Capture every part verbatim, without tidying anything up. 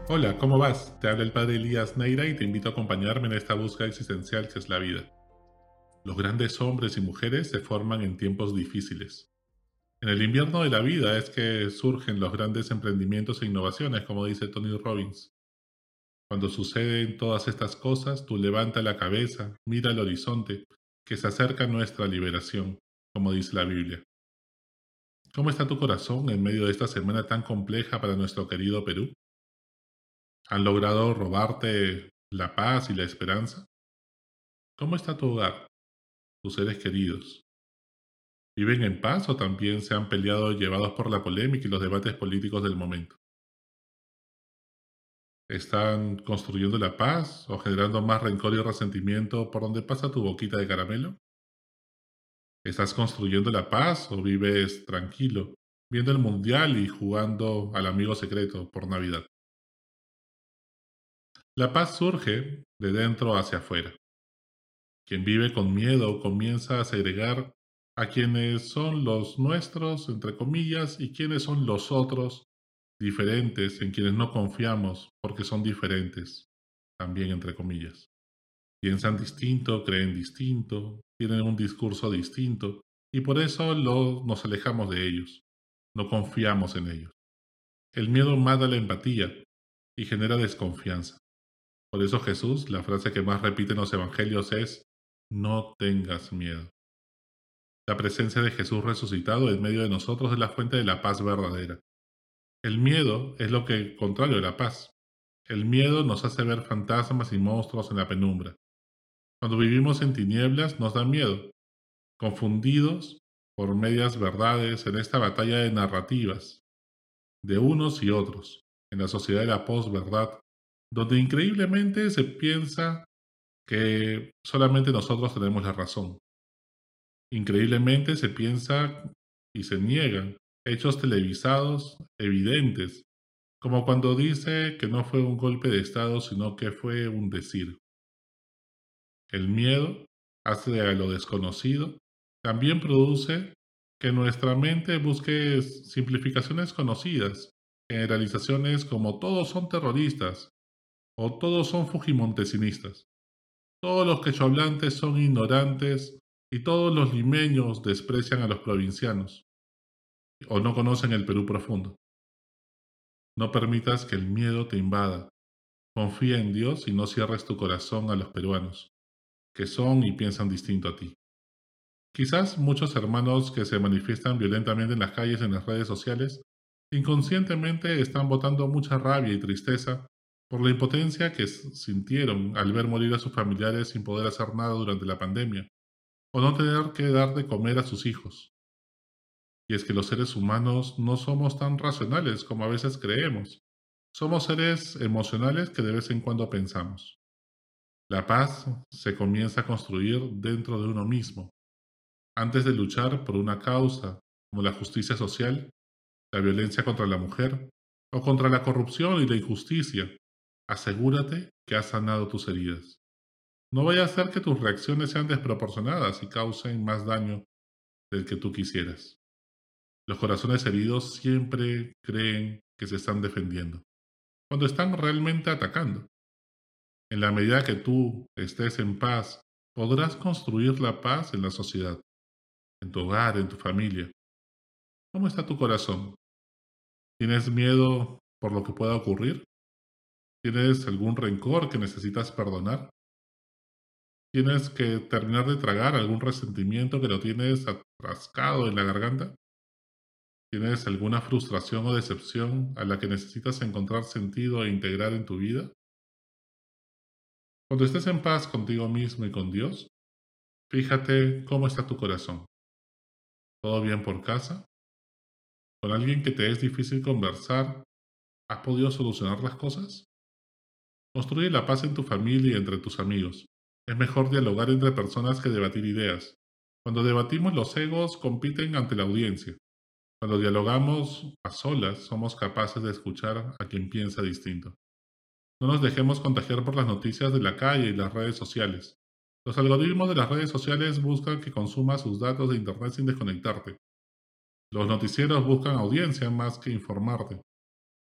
Hola, ¿cómo vas? Te habla el padre Elías Neira y te invito a acompañarme en esta búsqueda existencial que es la vida. Los grandes hombres y mujeres se forman en tiempos difíciles. En el invierno de la vida es que surgen los grandes emprendimientos e innovaciones, como dice Tony Robbins. Cuando suceden todas estas cosas, tú levanta la cabeza, mira al horizonte, que se acerca nuestra liberación, como dice la Biblia. ¿Cómo está tu corazón en medio de esta semana tan compleja para nuestro querido Perú? ¿Han logrado robarte la paz y la esperanza? ¿Cómo está tu hogar, tus seres queridos? ¿Viven en paz o también se han peleado llevados por la polémica y los debates políticos del momento? ¿Están construyendo la paz o generando más rencor y resentimiento por donde pasa tu boquita de caramelo? ¿Estás construyendo la paz o vives tranquilo, viendo el mundial y jugando al amigo secreto por Navidad? La paz surge de dentro hacia afuera. Quien vive con miedo comienza a segregar a quienes son los nuestros, entre comillas, y quienes son los otros, diferentes, en quienes no confiamos porque son diferentes, también entre comillas. Piensan distinto, creen distinto, tienen un discurso distinto, y por eso lo- nos alejamos de ellos, no confiamos en ellos. El miedo mata la empatía y genera desconfianza. Por eso Jesús, la frase que más repite en los evangelios es, no tengas miedo. La presencia de Jesús resucitado en medio de nosotros es la fuente de la paz verdadera. El miedo es lo que contrario a la paz. El miedo nos hace ver fantasmas y monstruos en la penumbra. Cuando vivimos en tinieblas nos da miedo, confundidos por medias verdades en esta batalla de narrativas, de unos y otros, en la sociedad de la posverdad, donde increíblemente se piensa que solamente nosotros tenemos la razón. Increíblemente se piensa y se niegan hechos televisados evidentes, como cuando dice que no fue un golpe de Estado, sino que fue un decir. El miedo hacia lo desconocido también produce que nuestra mente busque simplificaciones conocidas, generalizaciones como todos son terroristas o todos son fujimontesinistas. Todos los quechohablantes son ignorantes y todos los limeños desprecian a los provincianos o no conocen el Perú profundo. No permitas que el miedo te invada. Confía en Dios y no cierres tu corazón a los peruanos, que son y piensan distinto a ti. Quizás muchos hermanos que se manifiestan violentamente en las calles y en las redes sociales inconscientemente están botando mucha rabia y tristeza por la impotencia que s- sintieron al ver morir a sus familiares sin poder hacer nada durante la pandemia, o no tener que dar de comer a sus hijos. Y es que los seres humanos no somos tan racionales como a veces creemos. Somos seres emocionales que de vez en cuando pensamos. La paz se comienza a construir dentro de uno mismo. Antes de luchar por una causa como la justicia social, la violencia contra la mujer o contra la corrupción y la injusticia, asegúrate que has sanado tus heridas. No vaya a ser que tus reacciones sean desproporcionadas y causen más daño del que tú quisieras. Los corazones heridos siempre creen que se están defendiendo, cuando están realmente atacando. En la medida que tú estés en paz, podrás construir la paz en la sociedad, en tu hogar, en tu familia. ¿Cómo está tu corazón? ¿Tienes miedo por lo que pueda ocurrir? ¿Tienes algún rencor que necesitas perdonar? ¿Tienes que terminar de tragar algún resentimiento que lo tienes atrascado en la garganta? ¿Tienes alguna frustración o decepción a la que necesitas encontrar sentido e integrar en tu vida? Cuando estés en paz contigo mismo y con Dios, fíjate cómo está tu corazón. ¿Todo bien por casa? ¿Con alguien que te es difícil conversar, has podido solucionar las cosas? Construye la paz en tu familia y entre tus amigos. Es mejor dialogar entre personas que debatir ideas. Cuando debatimos, los egos compiten ante la audiencia. Cuando dialogamos a solas, somos capaces de escuchar a quien piensa distinto. No nos dejemos contagiar por las noticias de la calle y las redes sociales. Los algoritmos de las redes sociales buscan que consumas sus datos de Internet sin desconectarte. Los noticieros buscan audiencia más que informarte.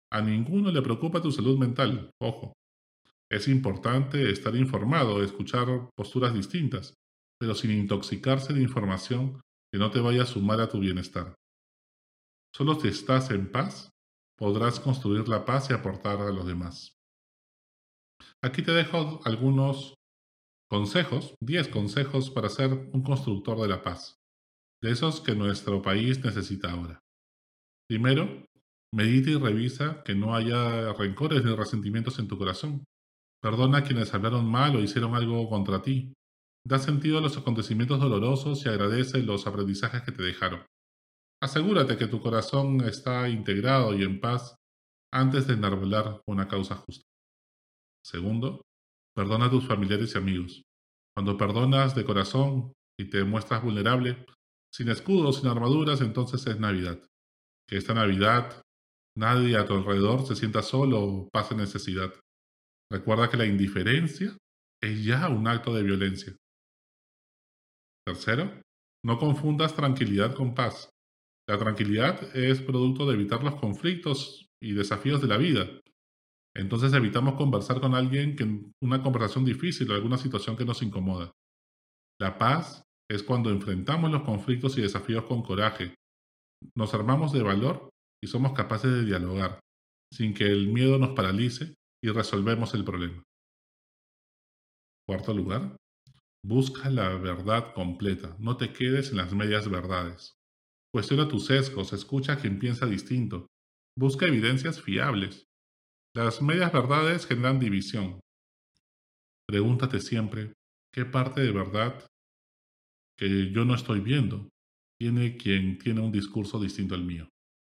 A ninguno le preocupa tu salud mental, ojo. Es importante estar informado, escuchar posturas distintas, pero sin intoxicarse de información que no te vaya a sumar a tu bienestar. Solo si estás en paz, podrás construir la paz y aportar a los demás. Aquí te dejo algunos consejos, diez consejos para ser un constructor de la paz, de esos que nuestro país necesita ahora. Primero, medita y revisa que no haya rencores ni resentimientos en tu corazón. Perdona a quienes hablaron mal o hicieron algo contra ti. Da sentido a los acontecimientos dolorosos y agradece los aprendizajes que te dejaron. Asegúrate que tu corazón está integrado y en paz antes de enarbolar una causa justa. Segundo, perdona a tus familiares y amigos. Cuando perdonas de corazón y te muestras vulnerable, sin escudos, sin armaduras, entonces es Navidad. Que esta Navidad nadie a tu alrededor se sienta solo o pase necesidad. Recuerda que la indiferencia es ya un acto de violencia. Tercero, no confundas tranquilidad con paz. La tranquilidad es producto de evitar los conflictos y desafíos de la vida. Entonces evitamos conversar con alguien que en una conversación difícil o alguna situación que nos incomoda. La paz es cuando enfrentamos los conflictos y desafíos con coraje, nos armamos de valor y somos capaces de dialogar, sin que el miedo nos paralice y resolvemos el problema. Cuarto lugar, busca la verdad completa, no te quedes en las medias verdades. Cuestiona tus sesgos, escucha a quien piensa distinto, busca evidencias fiables. Las medias verdades generan división. Pregúntate siempre, ¿qué parte de verdad que yo no estoy viendo tiene quien tiene un discurso distinto al mío?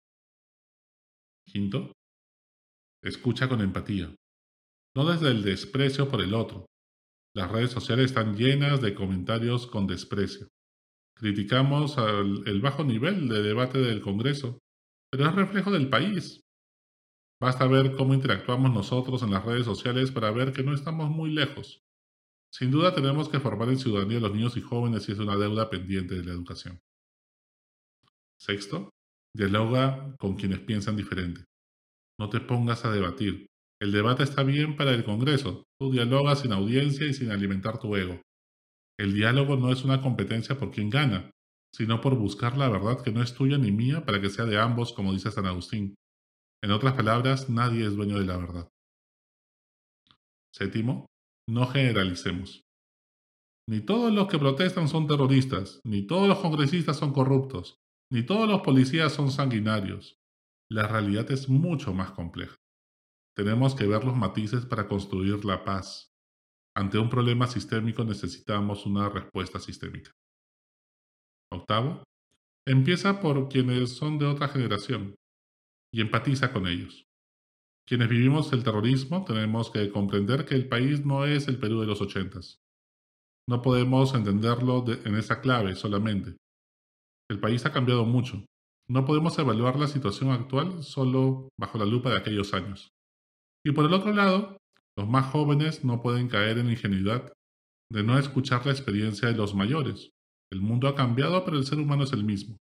Quinto, escucha con empatía, no desde el desprecio por el otro. Las redes sociales están llenas de comentarios con desprecio. Criticamos al- el bajo nivel de debate del Congreso, pero es reflejo del país. Basta ver cómo interactuamos nosotros en las redes sociales para ver que no estamos muy lejos. Sin duda tenemos que formar en ciudadanía a los niños y jóvenes y es una deuda pendiente de la educación. Sexto, dialoga con quienes piensan diferente. No te pongas a debatir. El debate está bien para el Congreso. Tú dialogas sin audiencia y sin alimentar tu ego. El diálogo no es una competencia por quién gana, sino por buscar la verdad que no es tuya ni mía para que sea de ambos, como dice San Agustín. En otras palabras, nadie es dueño de la verdad. Séptimo, no generalicemos. Ni todos los que protestan son terroristas, ni todos los congresistas son corruptos, ni todos los policías son sanguinarios. La realidad es mucho más compleja. Tenemos que ver los matices para construir la paz. Ante un problema sistémico necesitamos una respuesta sistémica. Octavo, empieza por quienes son de otra generación y empatiza con ellos. Quienes vivimos el terrorismo tenemos que comprender que el país no es el Perú de los ochentas. No podemos entenderlo de- en esa clave solamente. El país ha cambiado mucho. No podemos evaluar la situación actual solo bajo la lupa de aquellos años. Y por el otro lado, los más jóvenes no pueden caer en la ingenuidad de no escuchar la experiencia de los mayores. El mundo ha cambiado, pero el ser humano es el mismo.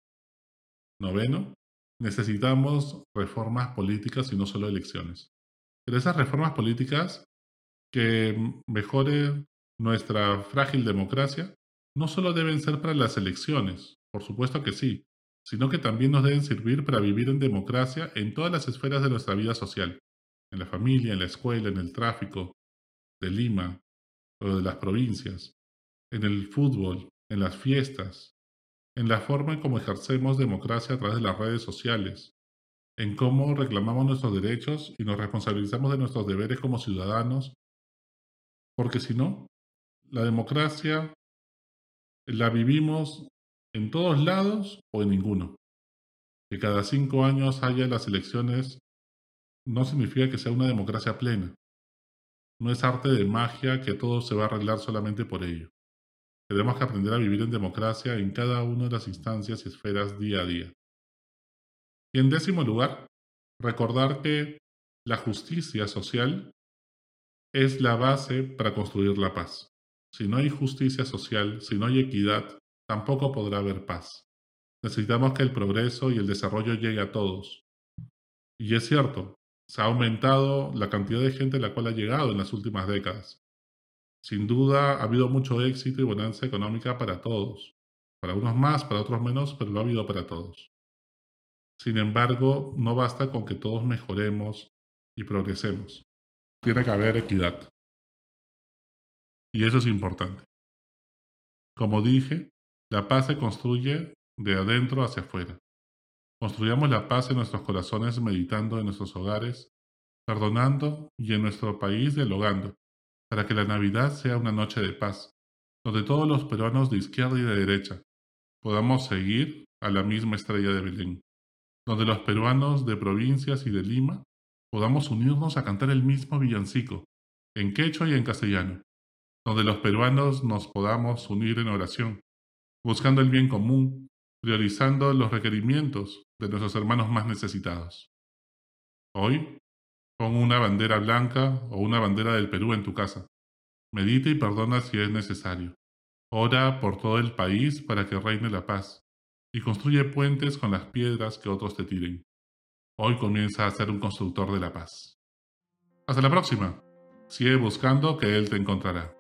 Noveno, necesitamos reformas políticas y no solo elecciones. Pero esas reformas políticas que mejoren nuestra frágil democracia no solo deben ser para las elecciones, por supuesto que sí, sino que también nos deben servir para vivir en democracia en todas las esferas de nuestra vida social, en la familia, en la escuela, en el tráfico de Lima o de las provincias, en el fútbol, en las fiestas, en la forma en cómo ejercemos democracia a través de las redes sociales, en cómo reclamamos nuestros derechos y nos responsabilizamos de nuestros deberes como ciudadanos, porque si no, la democracia la vivimos en todos lados o en ninguno. Que cada cinco años haya las elecciones no significa que sea una democracia plena. No es arte de magia que todo se va a arreglar solamente por ello. Tenemos que aprender a vivir en democracia en cada una de las instancias y esferas día a día. Y en décimo lugar, recordar que la justicia social es la base para construir la paz. Si no hay justicia social, si no hay equidad, tampoco podrá haber paz. Necesitamos que el progreso y el desarrollo llegue a todos. Y es cierto, se ha aumentado la cantidad de gente a la cual ha llegado en las últimas décadas. Sin duda ha habido mucho éxito y bonanza económica para todos. Para unos más, para otros menos, pero lo ha habido para todos. Sin embargo, no basta con que todos mejoremos y progresemos. Tiene que haber equidad. Y eso es importante. Como dije, la paz se construye de adentro hacia afuera. Construyamos la paz en nuestros corazones meditando en nuestros hogares, perdonando y en nuestro país dialogando, para que la Navidad sea una noche de paz, donde todos los peruanos de izquierda y de derecha podamos seguir a la misma estrella de Belén, donde los peruanos de provincias y de Lima podamos unirnos a cantar el mismo villancico, en quechua y en castellano, donde los peruanos nos podamos unir en oración, buscando el bien común, priorizando los requerimientos de nuestros hermanos más necesitados. Hoy, pon una bandera blanca o una bandera del Perú en tu casa. Medita y perdona si es necesario. Ora por todo el país para que reine la paz y construye puentes con las piedras que otros te tiren. Hoy comienza a ser un constructor de la paz. Hasta la próxima. Sigue buscando que Él te encontrará.